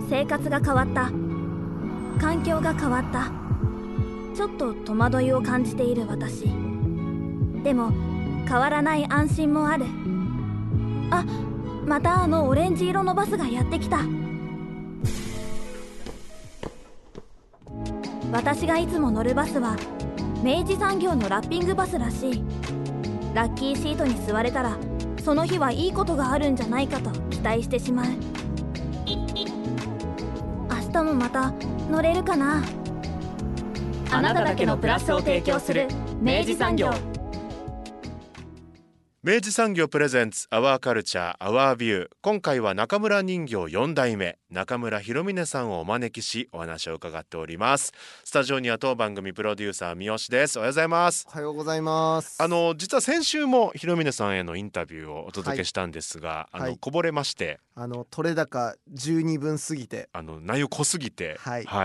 生活が変わった。環境が変わった。ちょっと戸惑いを感じている私。でも変わらない安心もある。あ、またあのオレンジ色のバスがやってきた。私がいつも乗るバスは明治産業のラッピングバスらしい。ラッキーシートに座れたらその日はいいことがあるんじゃないかと期待してしまう。明日もまた乗れるかな。 あなただけのプラスを提供する明治産業。 明治産業プレゼンツアワーカルチャーアワービュー。今回は中村人形4代目中村弘峰さんをお招きしお話を伺っております。スタジオには当番組プロデューサー三好です。おはようございます。 おはようございます。 実は先週も弘峰さんへのインタビューをお届けしたんですが、こぼれまして、 取れ高12分過ぎて内容濃すぎて、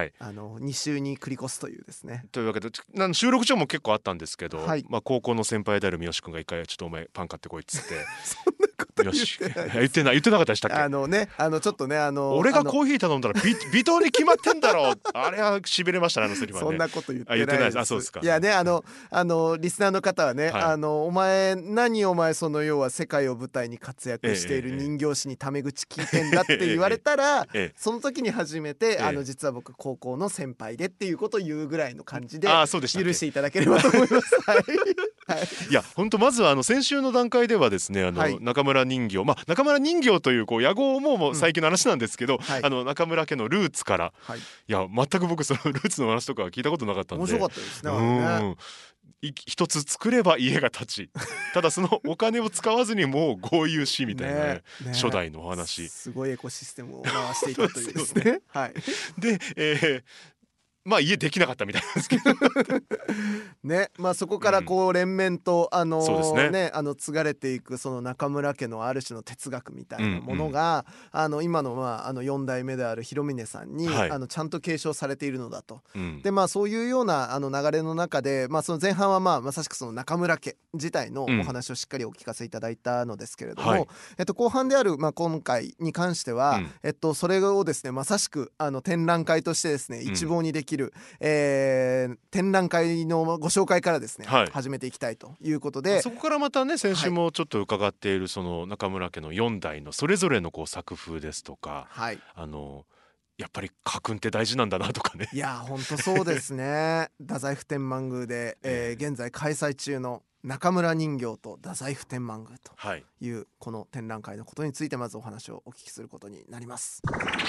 2週に繰り越すというですね。 というわけで収録上も結構あったんですけど、 はい、 高校の先輩である三好君が一回ちょっとお前パン買ってこいっつってそんなこと言ってない言ってなかったでしたっけ。 ちょっとね俺がコーヒー頼んだら微糖に決まってんだろうあれはしびれましたね、セリフはね。 そんなこと言ってないです。 あ、そうですか。 いやね、リスナーの方はね、お前その要は世界を舞台に活躍している人形師にタメ口聞いてんだって言われたら、その時に初めて実は僕高校の先輩でっていうことを言うぐらいの感じで許していただければと思います。はいいや本当まずは先週の段階ではですね中村人形、中村人形という野号も最近の話なんですけど、中村家のルーツから、いや全く僕そのルーツの話とかは聞いたことなかったんで面白かったですね。 一つ作れば家が建ちただそのお金を使わずにもう豪遊しみたいな、初代のお話、 すごいエコシステムを回していたというですね。 で、家できなかったみたいなんですけどね、そこから連綿と継がれていくその中村家のある種の哲学みたいなものが、今の4代目である弘峰さんに、ちゃんと継承されているのだと、でそういうような流れの中で、その前半はまさしくその中村家自体のお話をしっかりお聞かせいただいたのですけれども、後半である、今回に関しては、それをですねまさしく展覧会としてですね一望にできる、展覧会のご紹介からですね、始めていきたいということで、 そこからまたね先週もちょっと伺っているその中村家の4代のそれぞれの作風ですとか、やっぱり家訓って大事なんだなとかね。 いや本当そうですね。太宰府天満宮で、現在開催中の中村人形と太宰府天満宮というこの展覧会のことについてまずお話をお聞きすることになります。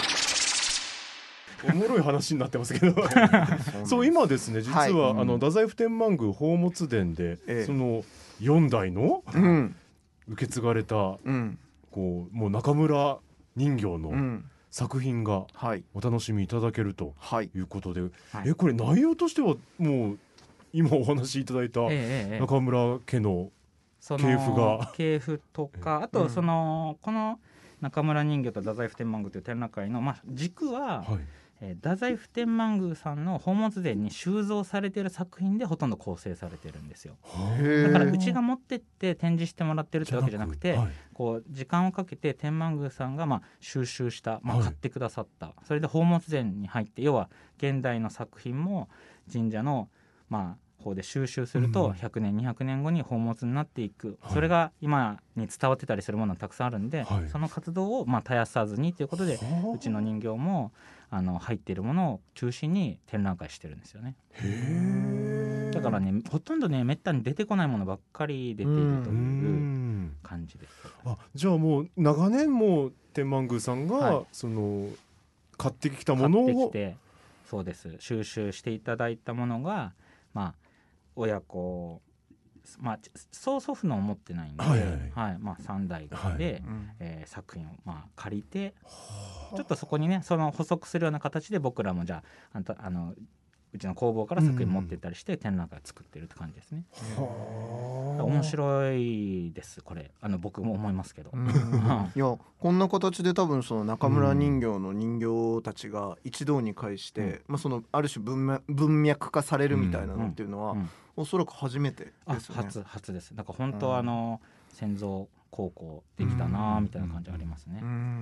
おもろい話になってますけどそう今ですね実は、太宰府天満宮宝物殿で、その4代の、受け継がれた、もう中村人形の、作品がお楽しみいただけるということで、これ内容としてはもう今お話しいただいた中村家の系譜とか、あとこの中村人形と太宰府天満宮という展覧会の、軸は、太宰府天満宮さんの宝物殿に収蔵されている作品でほとんど構成されてるんですよ。だからうちが持ってって展示してもらってるってわけじゃなくて、時間をかけて天満宮さんが収集した、買ってくださった、それで宝物殿に入って、要は現代の作品も神社の方で収集すると100年200年後に宝物になっていく、それが今に伝わってたりするものがたくさんあるんで、その活動を絶やさずにということで、うちの人形も入っているものを中心に展覧会してるんですよね。だからねほとんどねめったに出てこないものばっかり出ているという感じです。 じゃあもう長年も天満宮さんが、その買ってきたものを買ってきて、そうです、収集していただいたものが親子、曽祖父の持ってないんで、3代で、作品を借りて、ちょっとそこにねその補足するような形で僕らもじゃあうちの工房から作品持ってったりして展覧会を作ってるって感じですね。面白いですこれ、僕も思いますけどいやこんな形で多分その中村人形の人形たちが一堂に会して、そのある種文脈化されるみたいなのっていうのは、おそらく初めてですよね。 初です。だから本当先祖高校できたなみたいな感じありますね。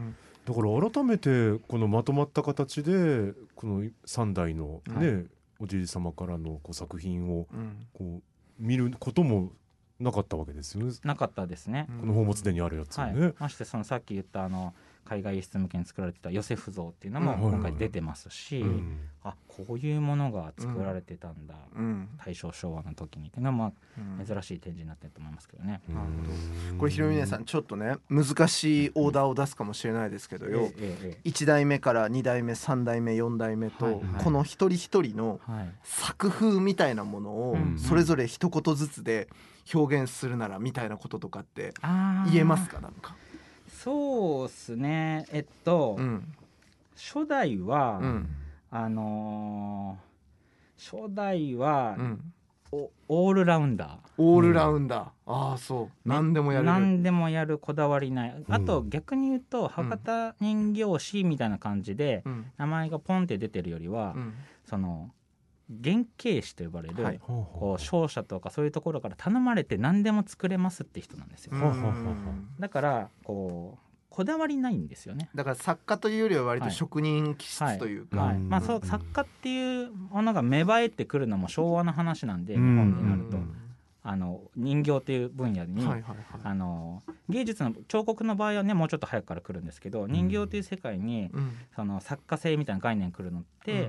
だから改めてこのまとまった形でこの3代のね、おじい様からのこう作品をこう見ることもなかったわけですよね。 なかったですね。 この宝物殿にあるやつをね、 ましてそのさっき言った海外輸出向けに作られてたヨセフ像っていうのも今回出てますし、あ、こういうものが作られてたんだ、大正昭和の時にっていうのはまあ珍しい展示になってると思いますけどね。 なるほど。これひろみねさんちょっとね難しいオーダーを出すかもしれないですけどよ、1代目から2代目3代目4代目と、この一人一人の作風みたいなものをそれぞれ一言ずつで表現するならみたいなこととかって言えますか？なんかそうですね、初代は、初代は、オールラウンダー。 オールラウンダー、ああそう、何でもやる、 何でもやる、こだわりない。あと逆に言うと博多人形師みたいな感じで、名前がポンって出てるよりは、その原型師と呼ばれる、こう商社とかそういうところから頼まれて何でも作れますって人なんですよ。だからこだわりないんですよね。 だから作家というよりは割と職人気質というか、 まあそう作家っていうものが芽生えてくるのも昭和の話なんで、日本になると人形っていう分野に、芸術の彫刻の場合はねもうちょっと早くから来るんですけど、人形という世界に、その作家性みたいな概念来るのって、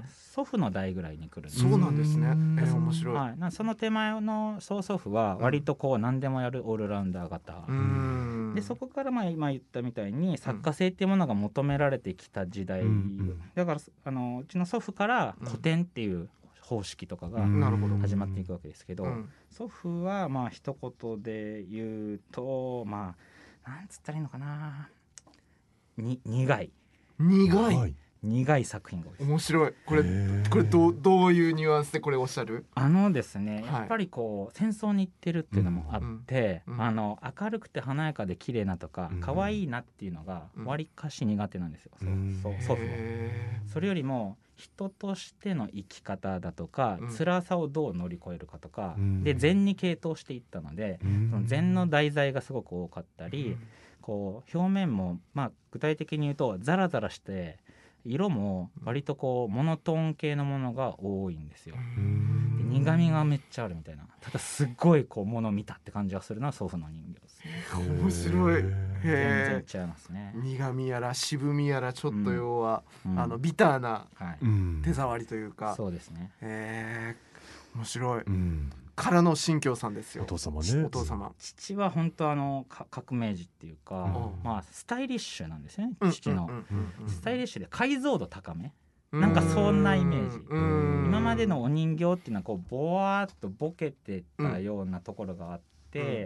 祖父の代ぐらいに来るんです。 そうなんですね。面白い。 その手前の曽祖父は割とこう何でもやるオールラウンダー型、でそこから今言ったみたいに作家性っていうものが求められてきた時代、だからうちの祖父から古典っていう方式とかが始まっていくわけですけど、祖父はまあ一言で言うと、まあなんつったらいいのかな、苦い作品が多いです。 面白い。これどういうニュアンスでこれおっしゃる？ ですね、やっぱりこう戦争に行ってるっていうのもあって、明るくて華やかで綺麗なとか可愛いなっていうのがわりかし苦手なんですよ、祖父は。それよりも人としての生き方だとか、辛さをどう乗り越えるかとか、で禅に傾倒していったので、その禅の題材がすごく多かったり、こう表面もまあ具体的に言うとザラザラして色も割とこうモノトーン系のものが多いんですよ。で苦味がめっちゃあるみたいな、ただすっごいこうもの見たって感じがするのは祖父の人形ですね。 面白い。 全然違いますね。 苦味やら渋みやらちょっと要は、ビターな手触りというか、 そうですね。 面白い。からの新京さんですよ。 お父様ね。 お父様。 父は本当革命児っていうか、まあスタイリッシュなんですよね。父のスタイリッシュで解像度高め、なんかそんなイメージ。今までのお人形っていうのはこうボワーっとボケてたようなところがあって、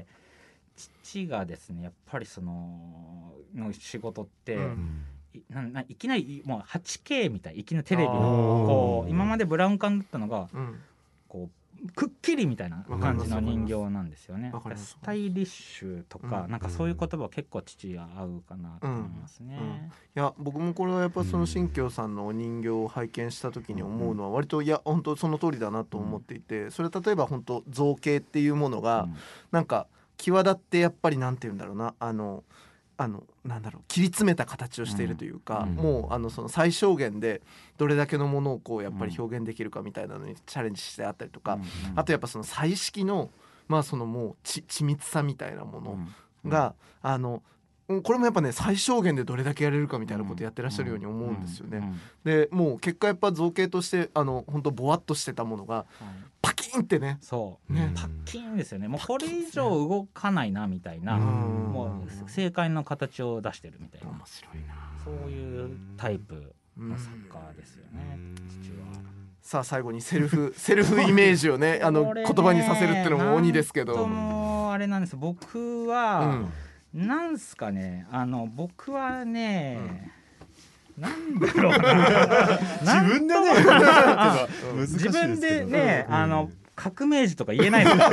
父がですねやっぱりその仕事って、いきなりもう 8K みたい、いきなりテレビのこう今までブラウン管だったのが、こうくっきりみたいな感じの人形なんですよね。スタイリッシュとか、なんかそういう言葉は結構父が合うかなと思いますね。 いや僕もこれはやっぱその新京さんのお人形を拝見した時に思うのは割といや本当その通りだなと思っていて、それは例えば本当造形っていうものがなんか際立ってやっぱりなんていうんだろうな、なんだろう、切り詰めた形をしているというか、もうその最小限でどれだけのものをこうやっぱり表現できるかみたいなのにチャレンジしてあったりとか、あとやっぱその彩色のまあそのもう緻密さみたいなものが、これもやっぱね最小限でどれだけやれるかみたいなことやってらっしゃるように思うんですよね。でもう結果やっぱ造形として本当ボワッとしてたものがパキンってね、 そうね、パキンですよね。もうこれ以上動かないなみたいな、もう正解の形を出してるみたいな、 面白いな、 そういうタイプの作家ですよね、父は。 さあ最後にセルフイメージをね言葉にさせるっていうのも鬼ですけど、 もあれなんです。僕は、なんすかね、僕はね、なんだろうな自分でね自分でね、革命児とか言えないです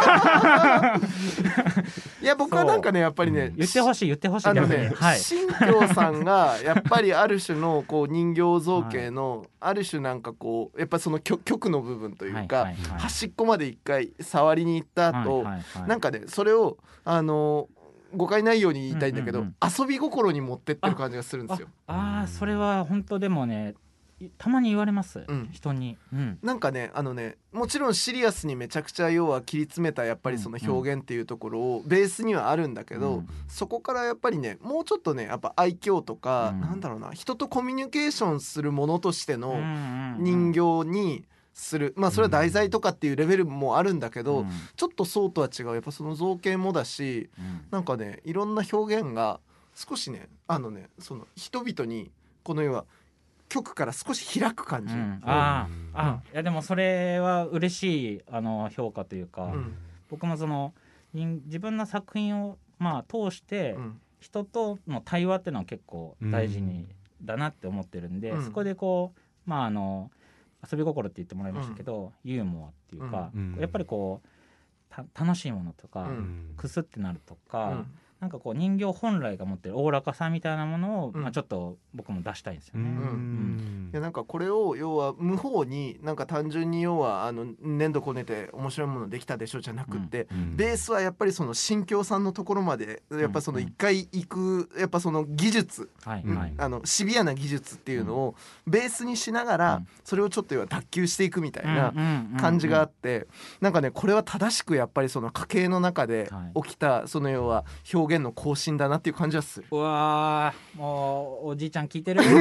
いや僕はなんかねやっぱりね言ってほしい新京さんがやっぱりある種のこう人形造形のある種なんかこうやっぱその極の部分というか、端っこまで一回触りに行った後、なんかねそれを誤解ないように言いたいんだけど、遊び心に持ってってる感じがするんですよ。 それは本当でもねたまに言われます、人に、 なんかねもちろんシリアスにめちゃくちゃ要は切り詰めたやっぱりその表現っていうところをベースにはあるんだけど、そこからやっぱりねもうちょっとねやっぱ愛嬌とか、なんだろうな人とコミュニケーションするものとしての人形にする、それは題材とかっていうレベルもあるんだけど、ちょっとそうとは違うやっぱその造形もだし、なんかねいろんな表現が少しねその人々にこの要は曲から少し開く感じ、 いやでもそれは嬉しい評価というか、僕もその自分の作品を通して人との対話っていうのは結構大事にだなって思ってるんで、そこでこう遊び心って言ってもらいましたけど、ユーモアっていうか、やっぱりこう楽しいものとか、くすってなるとか、なんかこう人形本来が持ってるおおらかさみたいなものを、ちょっと僕も出したいんですよね。 いやなんかこれを要は無法になんか単純に要は粘土こねて面白いものできたでしょじゃなくって、ベースはやっぱりその新京さんのところまでやっぱその一回行くやっぱその技術、シビアな技術っていうのをベースにしながらそれをちょっと脱臼していくみたいな感じがあって、なんかねこれは正しくやっぱりその家系の中で起きたその要は表現の更新だなっていう感じはする。 うわもうおじいちゃん聞いてる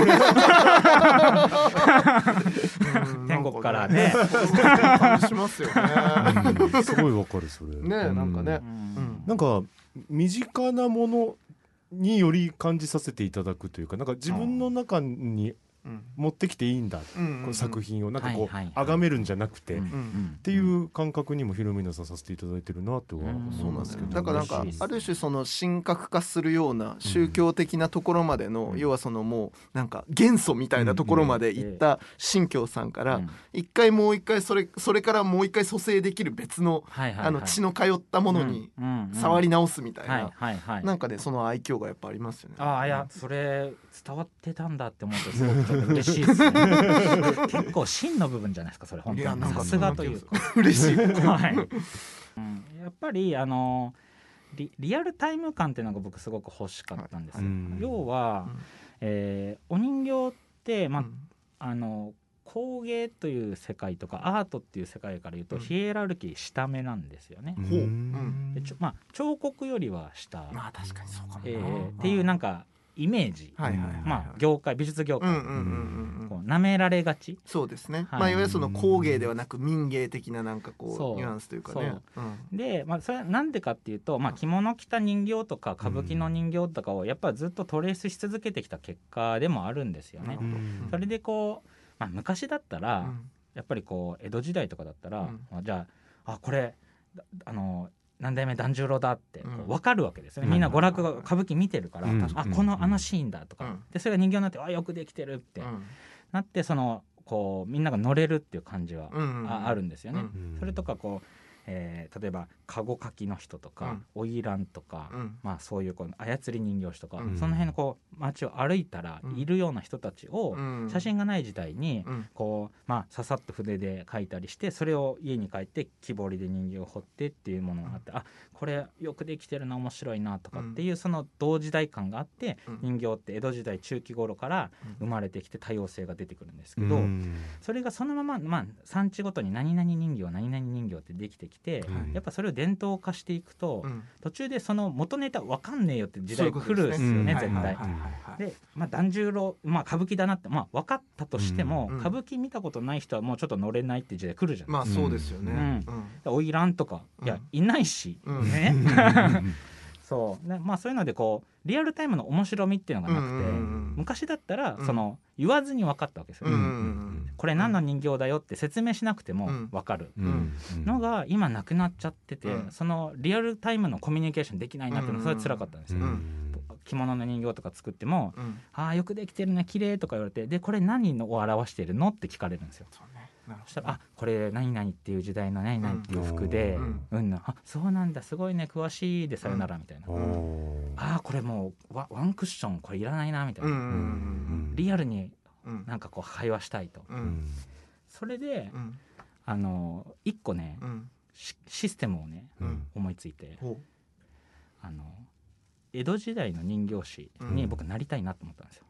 天国からね感じしますよね。 すごいわかるそれね。なんかね、 なんか身近なものにより感じさせていただくというか、なんか自分の中に持ってきていいんだ、この作品をなんかこう崇めるんじゃなくてっていう感覚にもひろみなさんさせていただいてるなとは思うんですけど、 だからなんかある種その神格化するような宗教的なところまでの、要はそのもうなんか元素みたいなところまで行った新京さんから一回もう一回それからもう一回蘇生できる別の血の通ったものに触り直すみたいな、なんかねその愛嬌がやっぱありますよね。 いやそれ伝わってたんだって思うとすごく嬉しいですね。結構真の部分じゃないですかそれ本当に。さすがというか嬉しい、 やっぱりリアルタイム感っていうのが僕すごく欲しかったんですよ。要は、お人形って工芸という世界とかアートっていう世界から言うと、ヒエラルキー下目なんですよね。彫刻よりは下、 確かにそうかもっていうなんかイメージ、業界美術業界なめられがち。 そうですね、いわゆるその工芸ではなく民芸的ななんかこうニュアンスというかね。 で、それはなんでかっていうと、着物着た人形とか歌舞伎の人形とかをやっぱずっとトレースし続けてきた結果でもあるんですよね。それでこう、昔だったら、やっぱりこう江戸時代とかだったら、じゃあこれ何代目團十郎だって分かるわけですね。みんな娯楽歌舞伎見てるから、このシーンだとか、でそれが人形になってよくできてるってなって、そのこうみんなが乗れるっていう感じはあるんですよね。それとかこう例えば籠かきの人とか花魁とか、そういうこう操り人形師とか、その辺のこう街を歩いたらいるような人たちを、写真がない時代にこう、ささっと筆で描いたりして、それを家に帰って木彫りで人形を彫ってっていうものがあって、これよくできてるな面白いなとかっていう、その同時代感があって、人形って江戸時代中期頃から生まれてきて多様性が出てくるんですけど、それがそのまま、産地ごとに何々人形何々人形ってできてきて、やっぱそれを伝統化していくと、途中でその元ネタ分かんねえよって時代来るんですよね、絶対。で、團十郎、歌舞伎だなって、分かったとしても、歌舞伎見たことない人はもうちょっと乗れないって時代来るじゃないですか。 そうですよね。 花魁とかいないしね。そういうのでこうリアルタイムの面白みっていうのがなくて、昔だったらその言わずに分かったわけですよ。これ何の人形だよって説明しなくても分かるのが今なくなっちゃってて、そのリアルタイムのコミュニケーションできないなっていうのがそれ辛かったんですよ。着物の人形とか作っても、よくできてるね綺麗とか言われて、でこれ何を表してるのって聞かれるんですよ。そしたらこれ何々っていう時代の何々っていう服で、そうなんだすごいね詳しいでさよならみたいな、これもうワンクッションこれいらないなみたいな、リアルになんかこう会話したいと、それで一個ね、システムをね、思いついて、 江戸時代の人形師に僕なりたいなと思ったんですよ。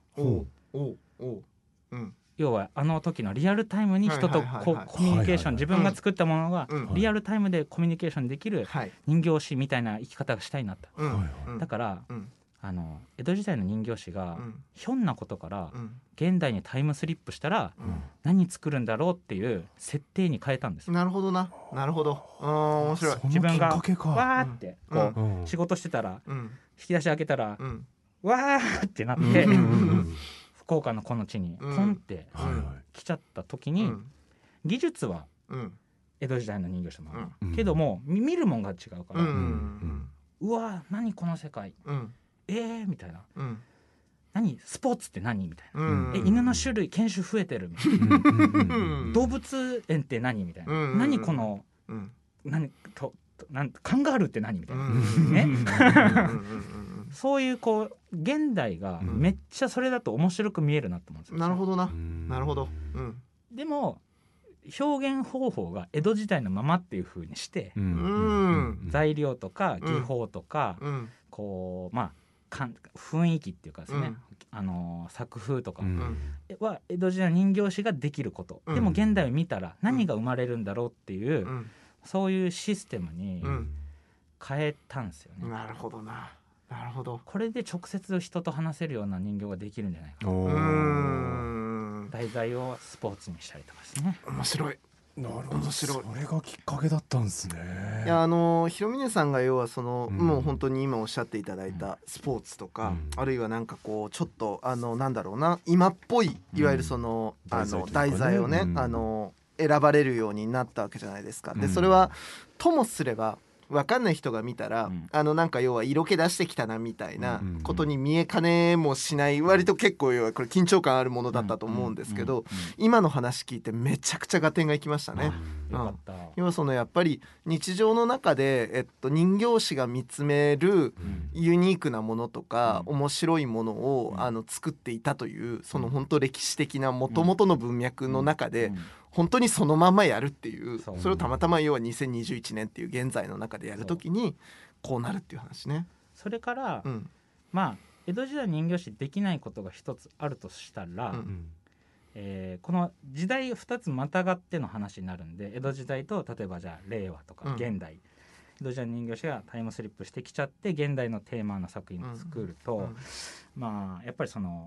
要はあの時のリアルタイムに人とコミュニケーション、自分が作ったものがリアルタイムでコミュニケーションできる人形師みたいな生き方がしたいなと。だから江戸時代の人形師がひょんなことから現代にタイムスリップしたら何作るんだろうっていう設定に変えたんです。 なるほどな、なるほど。面白い。 自分がわーってこう仕事してたら引き出し開けたらわーってなって福岡のこの地にポンって来ちゃった時に、技術は江戸時代の人形師のままけども見るもんが違うから、うわー何この世界、みたいな、何スポーツって何みたいな、犬の種類犬種増えてるみたいな、動物園って何みたいな、何この何とカンガルーって何みたいな、ねそういうこう現代がめっちゃそれだと面白く見えるなと思うんですよ。 なるほどな、なるほど。 でも表現方法が江戸時代のままっていう風にして、材料とか技法とか、こう雰囲気っていうかですね、作風とかは江戸時代の人形師ができること、でも現代を見たら何が生まれるんだろうっていう、そういうシステムに変えたんですよね。 なるほどな、なるほど。 これで直接人と話せるような人形ができるんじゃないかな。題材をスポーツにしたりとかですね。 面白い。 なるほど、それがきっかけだったんですね。 いや広峰さんが要はもう本当に今おっしゃっていただいたスポーツとか、あるいはなんかこうちょっとなんだろうな、今っぽいいわゆる題材をね、選ばれるようになったわけじゃないですか。でそれはともすれば分かんない人が見たら、なんか要は色気出してきたなみたいなことに見えかねもしない、割と結構要はこれ緊張感あるものだったと思うんですけど、今の話聞いてめちゃくちゃ合点がいきましたね。要はやっぱり日常の中で、人形師が見つめるユニークなものとか、面白いものを作っていたという、本当歴史的な元々の文脈の中で、本当にそのままやるっていう、それをたまたま要は2021年っていう現在の中でやるときにこうなるっていう話ね。 それから、江戸時代人形師できないことが一つあるとしたら、この時代2つまたがっての話になるんで、江戸時代と例えばじゃあ令和とか現代、江戸時代の人形師がタイムスリップしてきちゃって現代のテーマの作品を作ると、やっぱり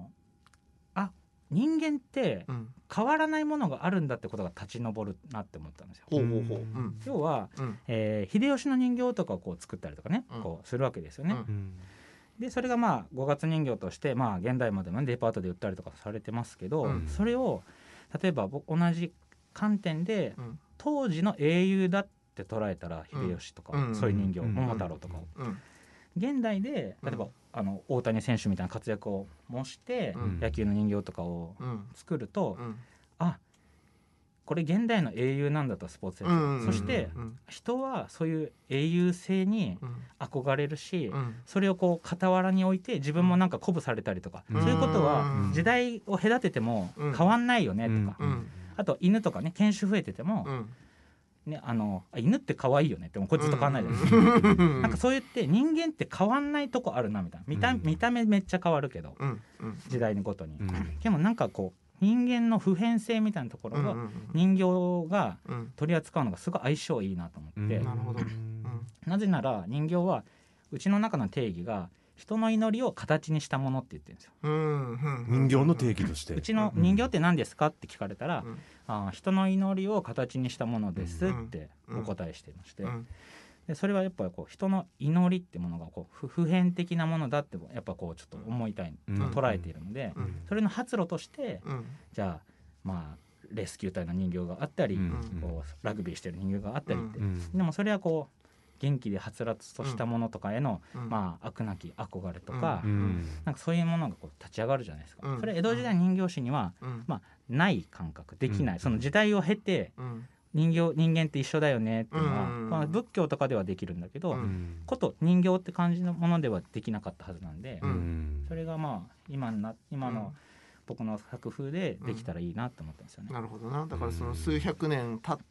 人間って変わらないものがあるんだってことが立ち上るなって思ったんですよ。要は、秀吉の人形とかをこう作ったりとかね、こうするわけですよね。でそれが五月人形として現代までもデパートで売ったりとかされてますけど、それを例えば同じ観点で、当時の英雄だって捉えたら秀吉とか、そういう人形、桃太郎とかを、現代で例えば、大谷選手みたいな活躍を模して、野球の人形とかを作ると、これ現代の英雄なんだと、スポーツ選手、そして人はそういう英雄性に憧れるし、それをこう傍らに置いて自分もなんか鼓舞されたりとか、そういうことは時代を隔てても変わんないよねとか、あと犬とかね、犬種増えてても、犬って可愛いよねってもこれずっと変わんないじゃないですか。なんかそう言って人間って変わんないとこあるなみたいな、見た目めっちゃ変わるけど、時代のごとに、でもなんかこう人間の普遍性みたいなところが人形が取り扱うのがすごい相性いいなと思って、なぜなら人形はうちの中の定義が人の祈りを形にしたものって言ってるんですよ。 人形の定義としてうちの人形って何ですかって聞かれたら、人の祈りを形にしたものですってお答えしていまして、でそれはやっぱりこう人の祈りってものがこう普遍的なものだってやっぱこうちょっと思いたい、捉えているので、それの発露として、じゃあレスキュー隊の人形があったり、こうラグビーしてる人形があったりって、でもそれはこう元気ではつらつとしたものとかへの、飽くなき憧れとか、なんかそういうものがこう立ち上がるじゃないですか。それ江戸時代人形師には、ない感覚、できない、その時代を経て、人間って一緒だよねっていうのは、仏教とかではできるんだけど、こと人形って感じのものではできなかったはずなんで、それが今の僕の作風でできたらいいなと思ったんですよね。 なるほどな。だからその数百年経って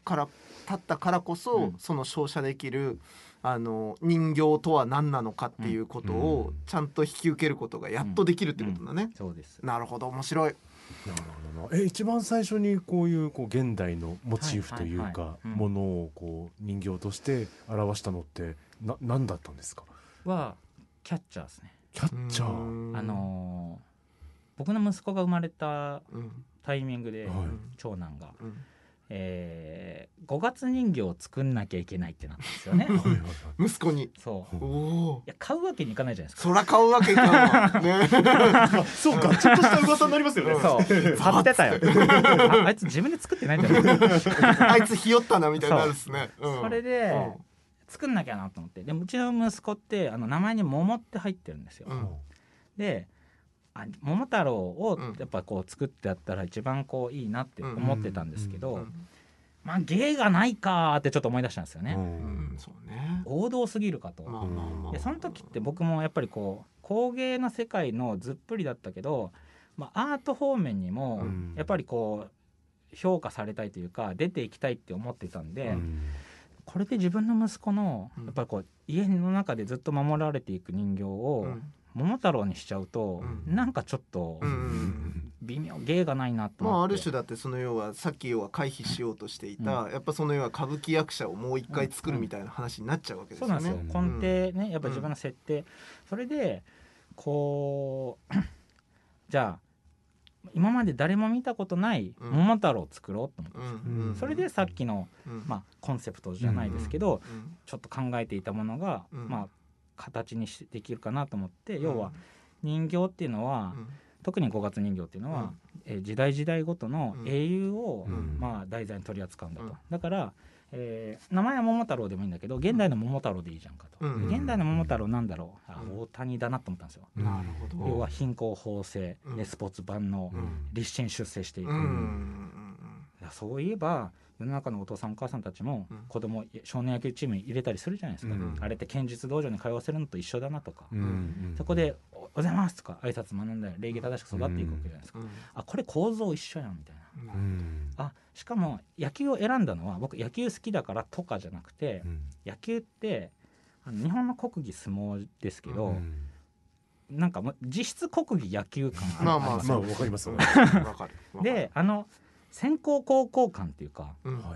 から経ったからこそ、その照射できる人形とは何なのかっていうことをちゃんと引き受けることがやっとできるってことだね。 そうです。 なるほど、面白い。 なるほど。一番最初にこういう現代のモチーフというかものをこう人形として表したのって何だったんですか？ はキャッチャーですね。 キャッチャー。 僕の息子が生まれたタイミングで、長男が、5月人形を作んなきゃいけないってなったんですよね。 息子に。 そう。いや買うわけにいかないじゃないですか。 そら買うわけいかんわ。ね。 そうか、ちょっとした噂になりますよね。 そう。買ってたよ。あいつ自分で作ってないんだよ。 あいつひよったなみたいになるですね。 それで作んなきゃなと思って。でもうちの息子って名前に桃って入ってるんですよ。で。桃太郎をやっぱこう作ってやったら一番こういいなって思ってたんですけど、まあ芸がないかってちょっと思い出したんですよね。 そうね。 王道すぎるかと。でその時って僕もやっぱりこう工芸の世界のずっぷりだったけど、アート方面にもやっぱりこう評価されたいというか出ていきたいって思ってたんで、これで自分の息子のやっぱりこう家の中でずっと守られていく人形を桃太郎にしちゃうと、なんかちょっと微妙、芸がないなと思って、 ある種だってその要はさっき要は回避しようとしていた、やっぱその要は歌舞伎役者をもう一回作るみたいな話になっちゃうわけですよね。 そうなんですよ。根底ね、やっぱ自分の設定、それでこうじゃあ今まで誰も見たことない桃太郎を作ろうと思って、それでさっきの、コンセプトじゃないですけど、ちょっと考えていたものが、形にできるかなと思って、要は人形っていうのは、特に5月人形っていうのは、時代時代ごとの英雄を、題材に取り扱うんだと。だから、名前は桃太郎でもいいんだけど現代の桃太郎でいいじゃんかと。現代の桃太郎なんだろう、大谷だなと思ったんですよ。 なるほど。 要は貧困法制、スポーツ万能、立身出世していく。そういえば世の中のお父さんお母さんたちも子供少年野球チームに入れたりするじゃないですか、あれって剣術道場に通わせるのと一緒だなとか、そこでおはようございますとか挨拶学んだり礼儀正しく育っていくわけじゃないですか、これ構造一緒やんみたいな、しかも野球を選んだのは僕野球好きだからとかじゃなくて、野球って日本の国技相撲ですけど、なんか実質国技野球感ありますよ。 わかります。 で先行高校感っていうか、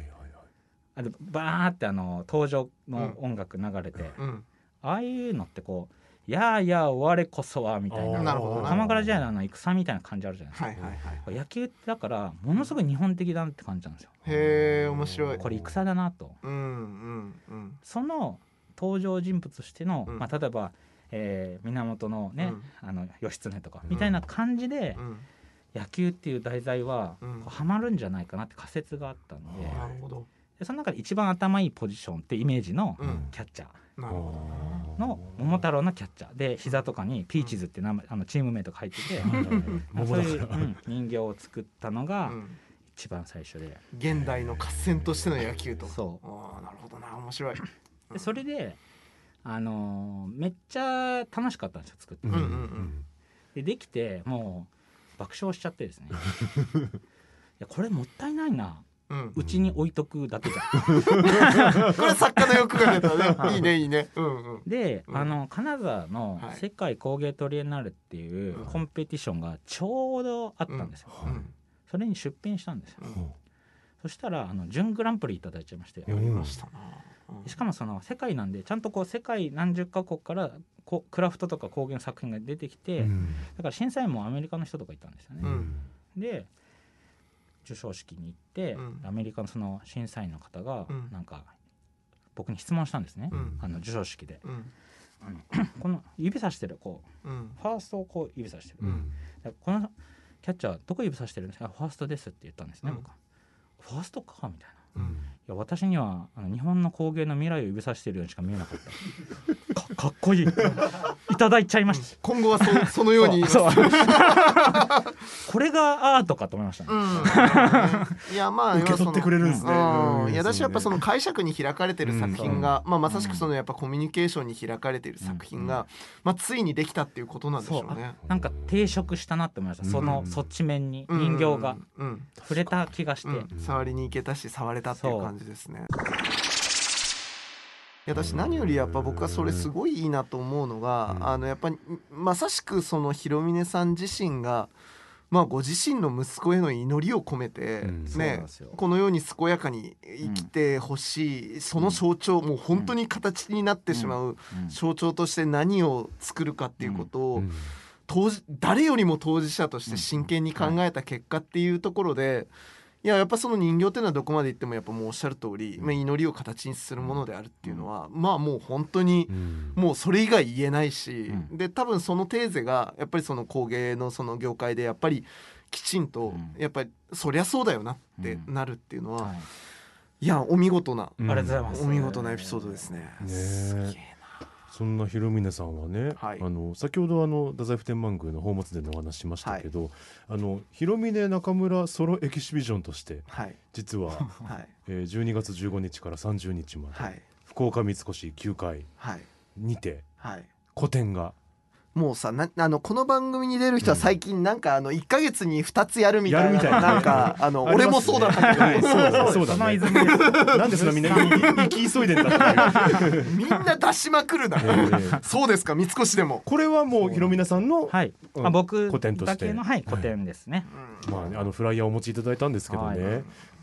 バーって登場の音楽流れて、ああいうのってこうやあやあ我こそはみたいな、鎌倉時代の戦みたいな感じあるじゃないですか。野球ってだからものすごい日本的だって感じなんですよ。 へー、面白い。 これ戦だなと。その登場人物としての、例えば、源のね、義経とかみたいな感じで、野球っていう題材はハマるんじゃないかなって仮説があったんで、でその中で一番頭いいポジションってイメージのキャッチャーの桃太郎のキャッチャーで、膝とかにピーチズって名前チーム名とか入ってて、そういう人形を作ったのが一番最初で、 現代の合戦としての野球と。 そう。 なるほどな、面白い。 でそれでめっちゃ楽しかったんですよ作って。できてもう爆笑しちゃってですねいやこれもったいないな、うちに置いとくだけじゃんこれ作家の欲が出たね。いいねいいね。 で金沢の世界工芸トリエンナーレっていうコンペティションがちょうどあったんですよ。それに出品したんですよ。そしたら準グランプリいただいちゃいまして。しかもその世界なんでちゃんとこう世界何十カ国からクラフトとか工芸の作品が出てきて、だから審査員もアメリカの人とかいたんですよね。で授賞式に行って、アメリカのその審査員の方がなんか僕に質問したんですね、授賞式で、この指さしてるこう、ファーストをこう指さしてる、このキャッチャーどこ指さしてるんですか。ファーストですって言ったんですね、僕は。ファーストかみたいな。いや私には日本の工芸の未来を指さしているようにしか見えなかったかっこいいただいちゃいました。 今後はそのようにこれがアートかと思いましたね。 いやまあ受け取ってくれるんですね。 いやだしやっぱその解釈に開かれてる作品が、まさしくそのやっぱコミュニケーションに開かれている作品が、ついにできたっていうことなんでしょうね。 なんか抵触したなって思いました。そっち面に人形が触れた気がして、 触りに行けたし触れたっていう感じですね。いや私何よりやっぱ僕はそれすごいいいなと思うのが、やっぱりまさしくその広峰さん自身がご自身の息子への祈りを込めて、このように健やかに生きてほしい、その象徴、もう本当に形になってしまう象徴として何を作るかっていうことを、誰よりも当事者として真剣に考えた結果っていうところで、やっぱその人形っていうのはどこまでいってもやっぱもうおっしゃる通り、祈りを形にするものであるっていうのは、もう本当にもうそれ以外言えないし、で多分そのテーゼがやっぱりその工芸のその業界でやっぱりきちんとやっぱりそりゃそうだよなってなるっていうのは、いやお見事な、 ありがとうございます。 お見事なエピソードですね。すげえな。 そんな広峰さんはね、先ほど太宰府天満宮の宝物殿でお話ししましたけど、広峰中村ソロエキシビジョンとして、実は、12月15日から30日まで、福岡三越9階にて、個展がもうさこの番組に出る人は最近なんか1ヶ月に2つやるみたいな、なんか俺もそうだったけど、 そうだね。なんでそんなみんな行き急いでんだっていうみんな出しまくるな。そうですか。三越でもこれはもう広峰さんの僕個展としてだけの個展ですね。 フライヤーをお持ちいただいたんですけどね、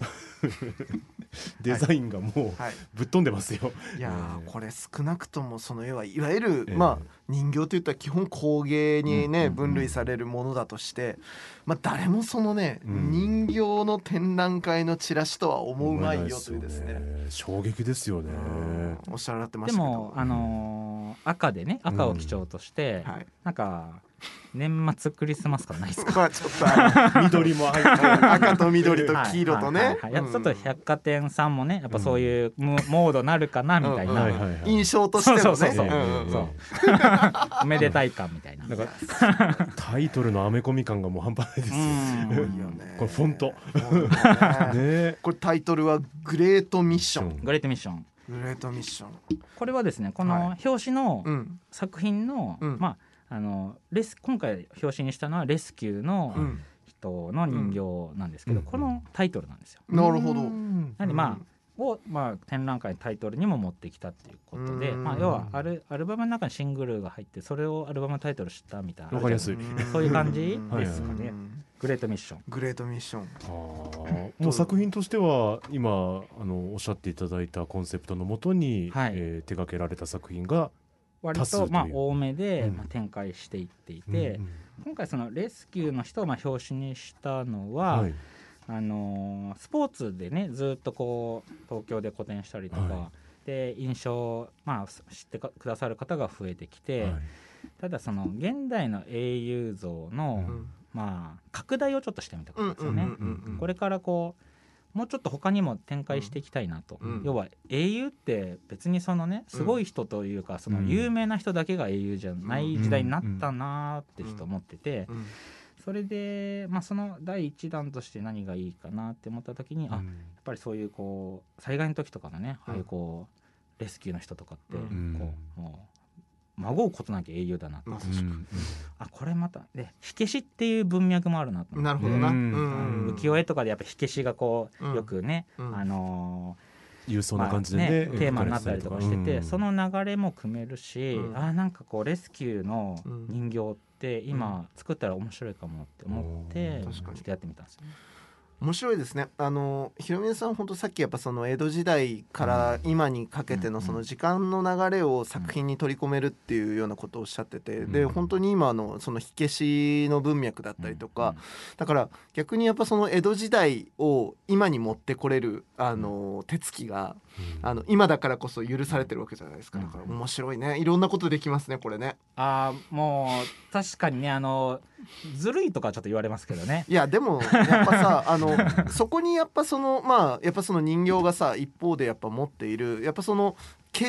デザインがもうぶっ飛んでますよ。 いやこれ少なくともそのいわゆる人形といったら基本工芸にね分類されるものだとして、誰もそのね人形の展覧会のチラシとは思うまいよというですね、 衝撃ですよね。 おっしゃられてましたけど、 でも赤でね、赤を基調としてなんか年末クリスマス感ないですか。 ちょっと緑も入って赤と緑と黄色とね、 ちょっと百貨店さんもねやっぱそういうモードなるかなみたいな印象としてのね、 おめでたい感みたいな。 タイトルのアメコミ感がもう半端ないですよ。これフォントこれタイトルはグレートミッション。 グレートミッション。 グレートミッション。 これはですね、この表紙の作品の今回表紙にしたのはレスキューの人の人形なんですけど、このタイトルなんですよ。 なるほど。 なんで展覧会のタイトルにも持ってきたっていうことで、要はアルバムの中にシングルが入って、それをアルバムのタイトルしたみたいな、 わかりやすいそういう感じですかね。グレートミッション。 グレートミッション。 もう作品としては今おっしゃっていただいたコンセプトのもとに、手掛けられた作品が割と多めで展開していっていて、今回そのレスキューの人を表紙にしたのは、スポーツでねずっとこう東京で個展したりとか、で印象知ってくださる方が増えてきて、ただその現代の英雄像の拡大をちょっとしてみたかったんですよね。これからこうもうちょっと他にも展開していきたいなと、要は英雄って別にそのねすごい人というか、その有名な人だけが英雄じゃない時代になったなってちょっと思ってて、それでその第一弾として何がいいかなって思った時に、やっぱりそういうこう災害の時とかのね、ああいうこうレスキューの人とかってこうもう孫をことなきゃ英雄だなって、これまたで火消しっていう文脈もあるなと。 なるほどな。 浮世絵とかでやっぱ火消しがこうよくね、 勇壮な感じでね、 テーマになったりとかしてて、その流れも組めるし、なんかこうレスキューの人形って今作ったら面白いかもって思ってちょっとやってみたんですよね。 面白いですね。広峰さん本当さっきやっぱその江戸時代から今にかけてのその時間の流れを作品に取り込めるっていうようなことをおっしゃってて、で本当に今のその火消しの文脈だったりとか、だから逆にやっぱその江戸時代を今に持ってこれる手つきが今だからこそ許されてるわけじゃないですか。だから面白いね。いろんなことできますねこれね。 もう確かにねずるいとかちょっと言われますけどね。 いやでもやっぱさそこにやっぱそのやっぱその人形がさ一方でやっぱ持っているやっぱその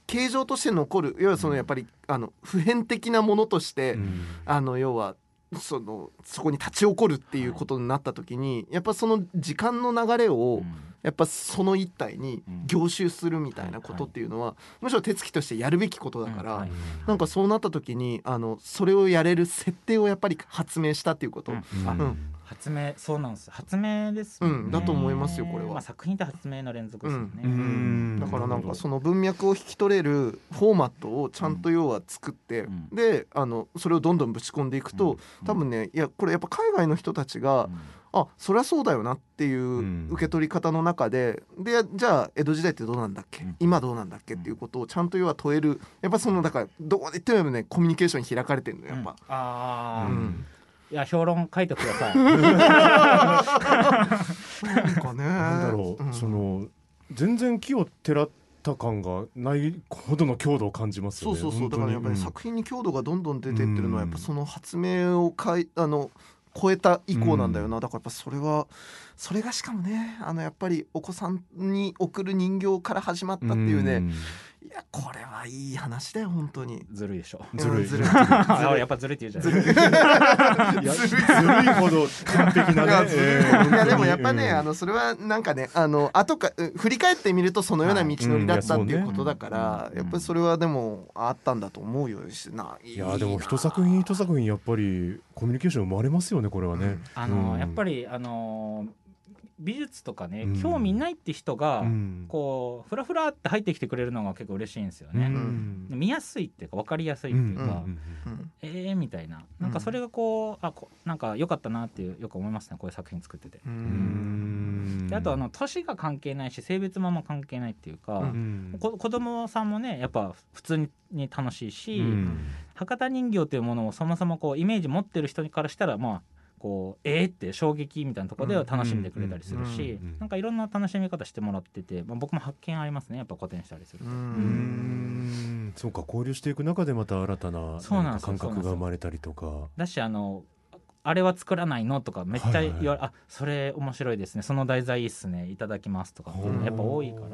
形状として残る、要はそのやっぱり普遍的なものとして、要はそこに立ち起こるっていうことになった時に、やっぱその時間の流れをやっぱその一体に凝集するみたいなことっていうのは、むしろ手つきとしてやるべきことだから、なんかそうなった時にそれをやれる設定をやっぱり発明したっていうこと、 発明、そうなんです、発明ですよね、 だと思いますよこれは、 作品って発明の連続ですよね、 だからなんかその文脈を引き取れるフォーマットをちゃんと要は作って、でそれをどんどんぶち込んでいくと、多分ね、いやこれやっぱ海外の人たちが、そりゃそうだよなっていう受け取り方の中で、じゃあ江戸時代ってどうなんだっけ、今どうなんだっけっていうことをちゃんと要は問える、やっぱだからどこで言ってもねコミュニケーション開かれてるのやっぱ、 いや評論書いてくださいなんかね、 なんだろう、全然木をてらった感がないほどの強度を感じますよね。 そうだからやっぱり作品に強度がどんどん出てってるのはやっぱその発明を超えた以降なんだよな、だからやっぱそれがしかもねやっぱりお子さんに送る人形から始まったっていうね、いやこれはいい話だよ本当に。 ずるいでしょ、 ずるいやっぱずるいって言うじゃないずるいほど完璧なねいやでもやっぱねそれはなんかね後か振り返ってみるとそのような道のりだったっていうことだから、やっぱりそれはでもあったんだと思うよしな。 いやでも一作品一作品やっぱりコミュニケーション生まれますよねこれはね。 やっぱり美術とかね、興味ないって人がこうフラフラって入ってきてくれるのが結構嬉しいんですよね、見やすいっていうか分かりやすいっていうか、みたいな、なんかそれがなんか良かったなってよく思いますね、こういう作品作ってて。であと年が関係ないし性別も関係ないっていうか、子供さんもねやっぱ普通に楽しいし、博多人形っていうものをそもそもこうイメージ持ってる人からしたらこうって衝撃みたいなところでは楽しんでくれたりするし、なんかいろんな楽しみ方してもらってて、僕も発見ありますね、やっぱ古典したりすると。 そうか、交流していく中でまた新たな感覚が生まれたりとかだし、あれは作らないのとかめっちゃ言われ、それ面白いですね、その題材いいっすね、いただきますとかっていうのやっぱ多いから、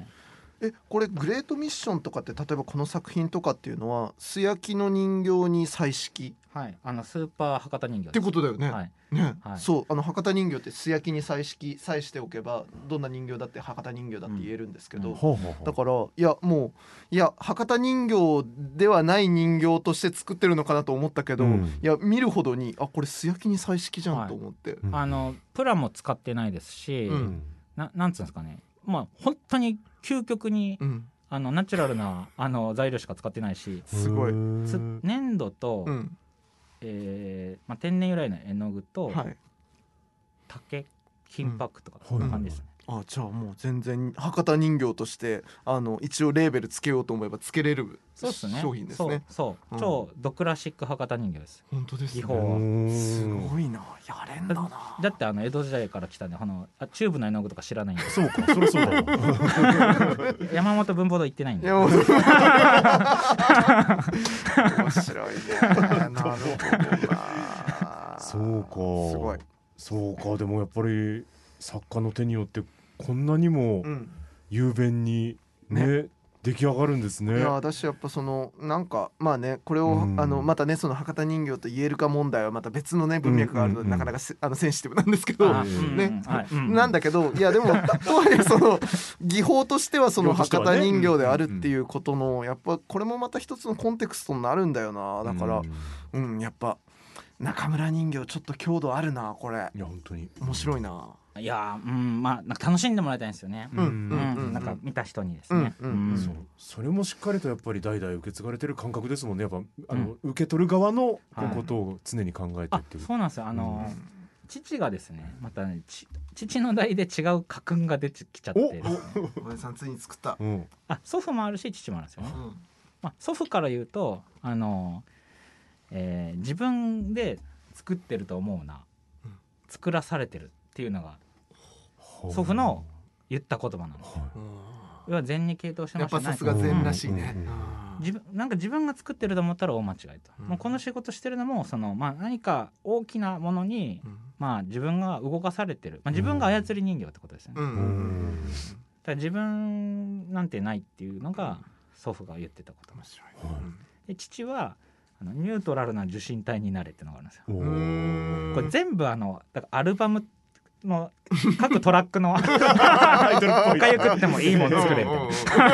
これグレートミッションとかって例えばこの作品とかっていうのは素焼きの人形に彩色、 スーパー博多人形ってことだよね。そう博多人形って素焼きに彩色彩しておけばどんな人形だって博多人形だって言えるんですけど、だから博多人形ではない人形として作ってるのかなと思ったけど、いや見るほどにこれ素焼きに彩色じゃんと思って、 プラも使ってないですし、なんつうんですかね、本当に究極に、ナチュラルな材料しか使ってないし、 すごい粘土と、天然由来の絵の具と、竹金箔とかそんな感じですね。 じゃあもう全然博多人形として一応レーベルつけようと思えばつけれる商品ですね。 超ドクラシック博多人形です。 本当ですね。 技法はすごいな、やれんだな。 だって江戸時代から来たんでチューブの絵の具とか知らないんで。 そうか、そりゃそうだわ山本文法堂行ってないんで。 面白いね。なるほどな。 そうか、 すごい。 そうか、でもやっぱり作家の手によってこんなにも雄弁に出来上がるんですね。 いや私やっぱなんかこれをまたねその博多人形と言えるか問題はまた別のね文脈があるのでなかなかセンシティブなんですけどね、なんだけど、いやでもとはいえその技法としてはその博多人形であるっていうことのやっぱこれもまた一つのコンテクストになるんだよな。だからやっぱ中村人形ちょっと強度あるなこれ。 いや本当に面白いな。 いやなんか楽しんでもらいたいんですよね。なんか見た人にですね。 それもしっかりとやっぱり代々受け継がれてる感覚ですもんね。やっぱ受け取る側のことを常に考えてっていう。 そうなんですよ。父がですねまた父の代で違う家訓が出てきちゃってですね。 お前さんついに作った。 祖父もあるし父もあるんですよね。祖父から言うと自分で作ってると思うな、作らされてるっていうのが祖父の言った言葉なんです。要は禅に傾倒してましたね。 やっぱさすが禅らしいね。 なんか自分が作ってると思ったら大間違いと。もうこの仕事してるのも何か大きなものに自分が動かされてる、自分が操り人形ってことですよね。 だ自分なんてないっていうのが祖父が言ってたことなんですよ。で父はニュートラルな受信体になれっていうのがあるんですよ。これ全部だからアルバムの各トラックのおかゆ食ってもいいもの作れみたいな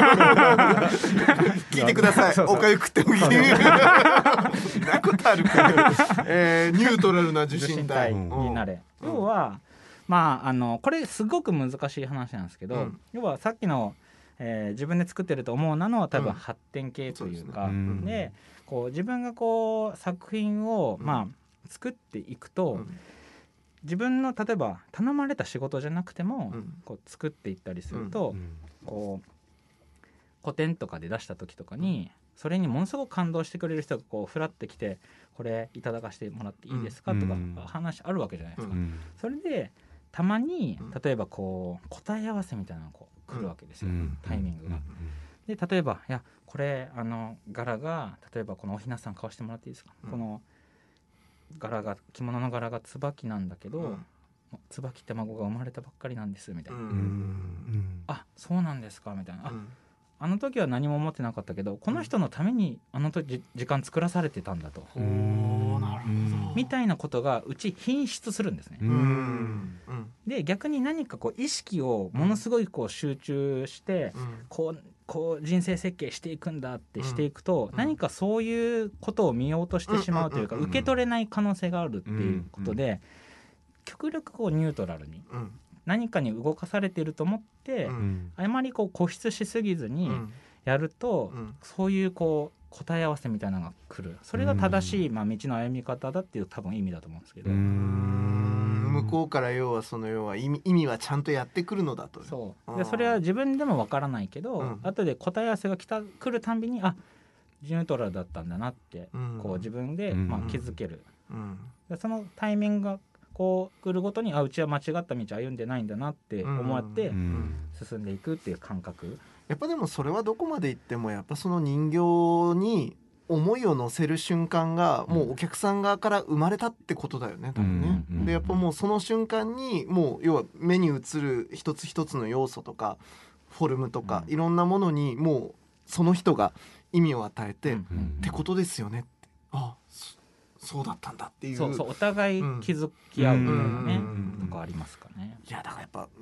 聞いてください。おかゆ食ってもいいなことあるかニュートラルな受信体になれ。要はまあこれすごく難しい話なんですけど、要はさっきの自分で作ってると思うのは多分発展系というか、でこう自分がこう作品をまあ作っていくと、自分の例えば頼まれた仕事じゃなくてもこう作っていったりすると、こう個展とかで出した時とかにそれにものすごく感動してくれる人がこうフラってきて、これいただかせてもらっていいですかとか話あるわけじゃないですか。それでたまに例えばこう答え合わせみたいなのがこう来るわけですよ、タイミングが。で例えばいやこれ柄が例えばこのおひなさん買わしてもらっていいですか、この柄が着物の柄が椿なんだけど、椿って孫が生まれたばっかりなんですみたいな、あそうなんですかみたいな、あの時は何も思ってなかったけどこの人のためにあの時時間作らされてたんだと、 なるほどみたいなことがうち品質するんですね。で逆に何かこう意識をものすごいこう集中して、こう人生設計していくんだってしていくと、何かそういうことを見ようとしてしまうというか、受け取れない可能性があるっていうことで、極力こうニュートラルに何かに動かされていると思って、あまりこう固執しすぎずにやると、そういうこう答え合わせみたいなのが来る。それが正しい、道の歩み方だっていう多分意味だと思うんですけど、 向こうから要は意味はちゃんとやってくるのだと。 そうでそれは自分でもわからないけど、後で答え合わせが来るたんびにニュートラルだったんだなって、こう自分で気づける、でそのタイミングがこう来るごとにうちは間違った道歩んでないんだなって思って進んでいくっていう感覚。 やっぱでもそれはどこまで行ってもやっぱその人形に思いを乗せる瞬間がもうお客さん側から生まれたってことだよね、多分ね。でやっぱもうその瞬間にもう要は目に映る一つ一つの要素とかフォルムとかいろんなものにもうその人が意味を与えてってことですよねって、そうだったんだっていう、 そうお互い気づき合うみたいなね、とかありますかね。 いやだからやっぱ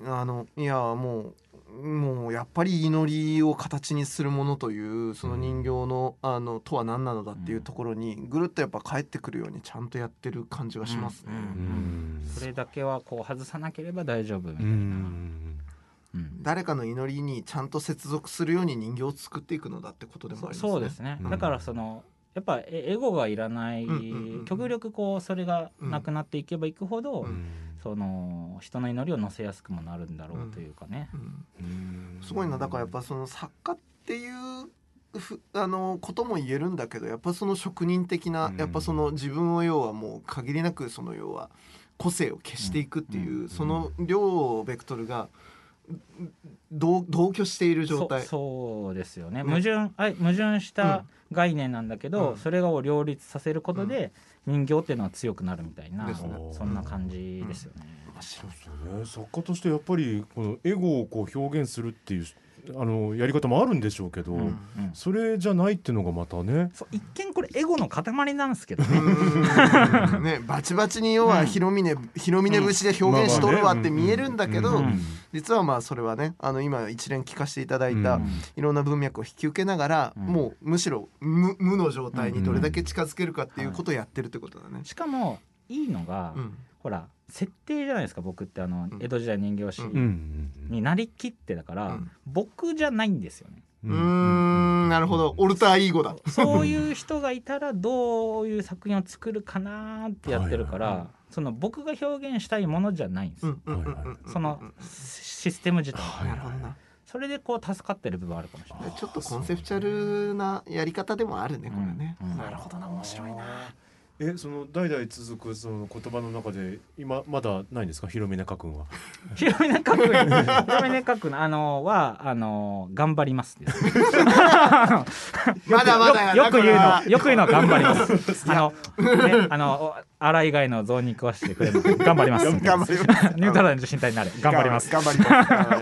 もうやっぱり祈りを形にするものというその人形のとは何なのだっていうところにぐるっとやっぱ帰ってくるようにちゃんとやってる感じがしますね。 それだけはこう外さなければ大丈夫みたいな。 誰かの祈りにちゃんと接続するように人形を作っていくのだってことでもありますね。 そうですね。だからやっぱエゴがいらない、極力こうそれがなくなっていけばいくほど、人の祈りを乗せやすくもなるんだろうというかね。 すごいな。だからやっぱその作家っていうことも言えるんだけど、やっぱその職人的なやっぱその自分を要はもう限りなくその要は個性を消していくっていう、その両ベクトルが同居している状態。 そうですよね。矛盾した概念なんだけど、それを両立させることで人形っていうのは強くなるみたいな、そんな感じですよね。 作家としてやっぱりこのエゴをこう表現するっていうやり方もあるんでしょうけど、それじゃないっていうのがまたね、 一見これエゴの塊なんですけどね。 ね、バチバチに要は広峰節で表現しとるわって見えるんだけど、実はそれはね今一連聞かせていただいたいろんな文脈を引き受けながら、もうむしろ無の状態にどれだけ近づけるかっていうことをやってるってことだね。 しかもいいのが、ほら設定じゃないですか。僕って江戸時代人形師になりきってだから、僕じゃないんですよね。 なるほど。オルターイーゴだ。 そういう人がいたらどういう作品を作るかなってやってるから、その僕が表現したいものじゃないんですよ、そのシステム自体。 なるほどな。 それでこう助かってる部分あるかもしれない。 ちょっとコンセプチュアルなやり方でもあるね、これね。なるほどな、面白いな。 その代々続くその言葉の中で今まだないんですか、広峰家君は。 広峰家君は頑張りますですまだまだよく言うのは頑張ります荒以外の像に食わしてくれるの頑張ります。ニュートラルな受信体になる。頑張ります。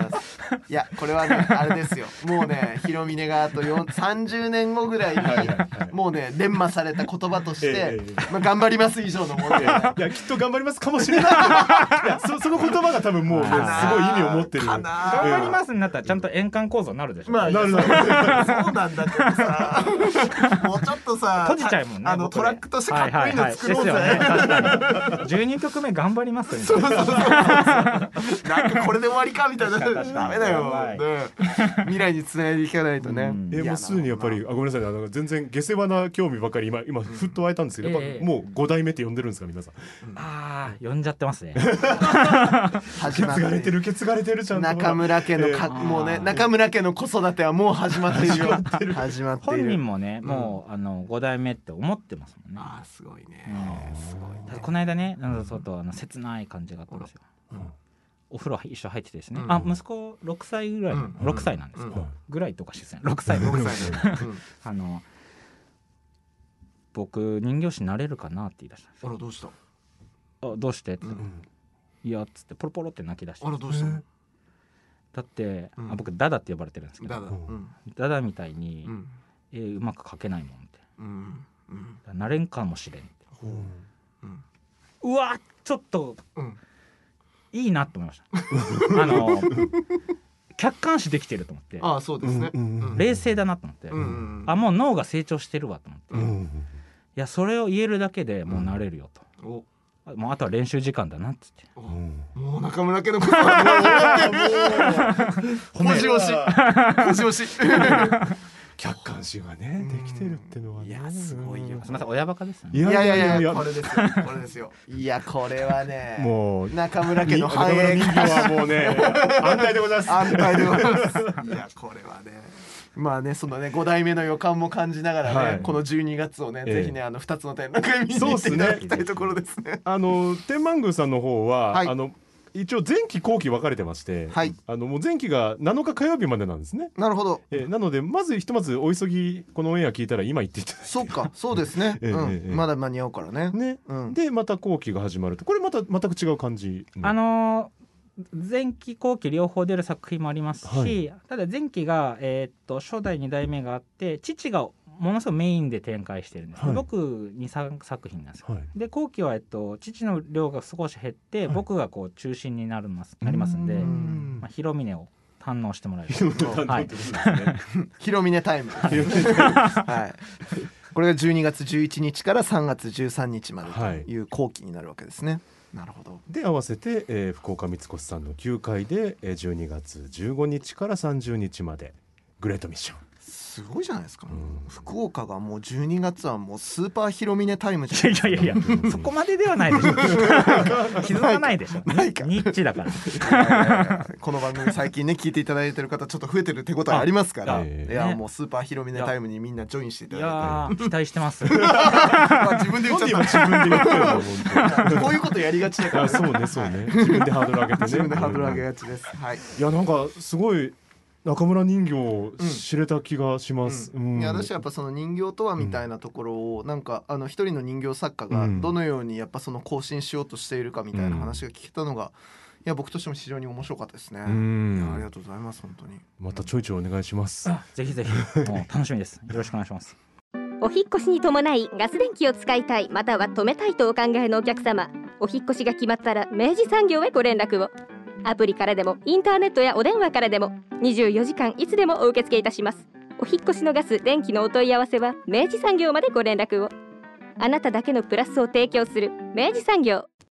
いやこれはねあれですよもうね広峰があと30年後ぐらいにもうね連磨された言葉として、まあ、頑張ります以上のものでいやきっと頑張りますかもしれないいやその言葉が多分もう、ね、すごい意味を持ってる頑張りますになったらちゃんと円環構造になるでしょ、 まあ、なるそうなんだけどさもうちょっとさ閉じちゃうもんねトラックとしてかっこいいの作ろうぜ、 12曲目頑張りますそうなんかこれで終わりかみたいなダメだよ、未来につないでいかないとね、 もうすぐにやっぱりごめんなさい全然下世話な興味ばかり今ふっと湧いたんですけど、やっぱもう5代目って呼んでるんですか皆さん、 呼んじゃってますね受け継がれてるちゃんと中村家のもうね中村家の子育てはもう始まっているよ始まっている本人もねもう5代目って思ってますもんね。 すごいね、 すごいね。この間ね外切ない感じがあったんですよ、お風呂一緒入っててですね、息子6歳ぐらい、6歳なんですけど、ぐらいとかして6歳僕人形師になれるかなって言い出したんですよ。 どうした？ どうしてって、いやっつってポロポロって泣き出して、 どうしたの？ だって、僕ダダって呼ばれてるんですけど、ダダみたいに、うまく描けないもんって、なれんかもしれんって、うわちょっと、いいなと思いました客観視できてると思って、 そうですね、 冷静だなと思って、もう脳が成長してるわと思って、いやそれを言えるだけでもうなれるよと、もうあとは練習時間だなっつって、 もう中村家のことはもう星押し客観視がねできてるってのはね、 いやすごいよ。 また親バカですね。 いやこれですよいやこれはねもう中村家の繁栄はもうね安泰でございますいやこれはねまあねそのね5代目の予感も感じながらね、この12月をね、ぜひね2つの展覧会見に行っていただきたいところですね。 天満宮さんの方は、一応前期後期分かれてまして、もう前期が7日火曜日までなんですね。 なるほど。 なのでひとまずお急ぎこのオンエア聞いたら今言っていただいて、 そうかそうですね、まだ間に合うからね。 でまた後期が始まると、これまた全く違う感じ。 前期後期両方出る作品もありますし、ただ前期が、初代2代目があって、父がものすごくメインで展開してるんです、僕 2,3 作品なんですよ、で後期は、父の量が少し減って、僕がこう中心になりますんで、広峰を堪能してもらえる広峰タイムこれが12月11日から3月13日までという後期になるわけですね。なるほど。 で合わせて、福岡三越さんの9回で、12月15日から30日までグレートミッション。 すごいじゃないですか、福岡がもう12月はもうスーパー広峰タイムじゃない。 いやそこまでではないでしょ気づかないでしょないかニッチだからこの番組最近ね聞いていただいてる方ちょっと増えてる手応えありますから、いやもうスーパー広峰タイムにみんなジョインしていただいて、 期待してます自分で言っちゃったこういうことやりがちだからそうね自分でハードル上げてね自分でハードル上げがちです、 いやなんかすごい中村人形を知れた気がします、 いや私はやっぱその人形とはみたいなところをなんか一人の人形作家がどのようにやっぱその更新しようとしているかみたいな話が聞けたのが、いや僕としても非常に面白かったですね。ありがとうございます。本当にまたちょいちょいお願いします。 ぜひぜひもう楽しみです。よろしくお願いします。 お引越しに伴いガス電気を使いたい、または止めたいとお考えのお客様、お引越しが決まったら明治産業へご連絡を。アプリからでもインターネットやお電話からでも24時間いつでもお受け付けいたします。お引越しのガス電気のお問い合わせは明治産業までご連絡を。あなただけのプラスを提供する明治産業。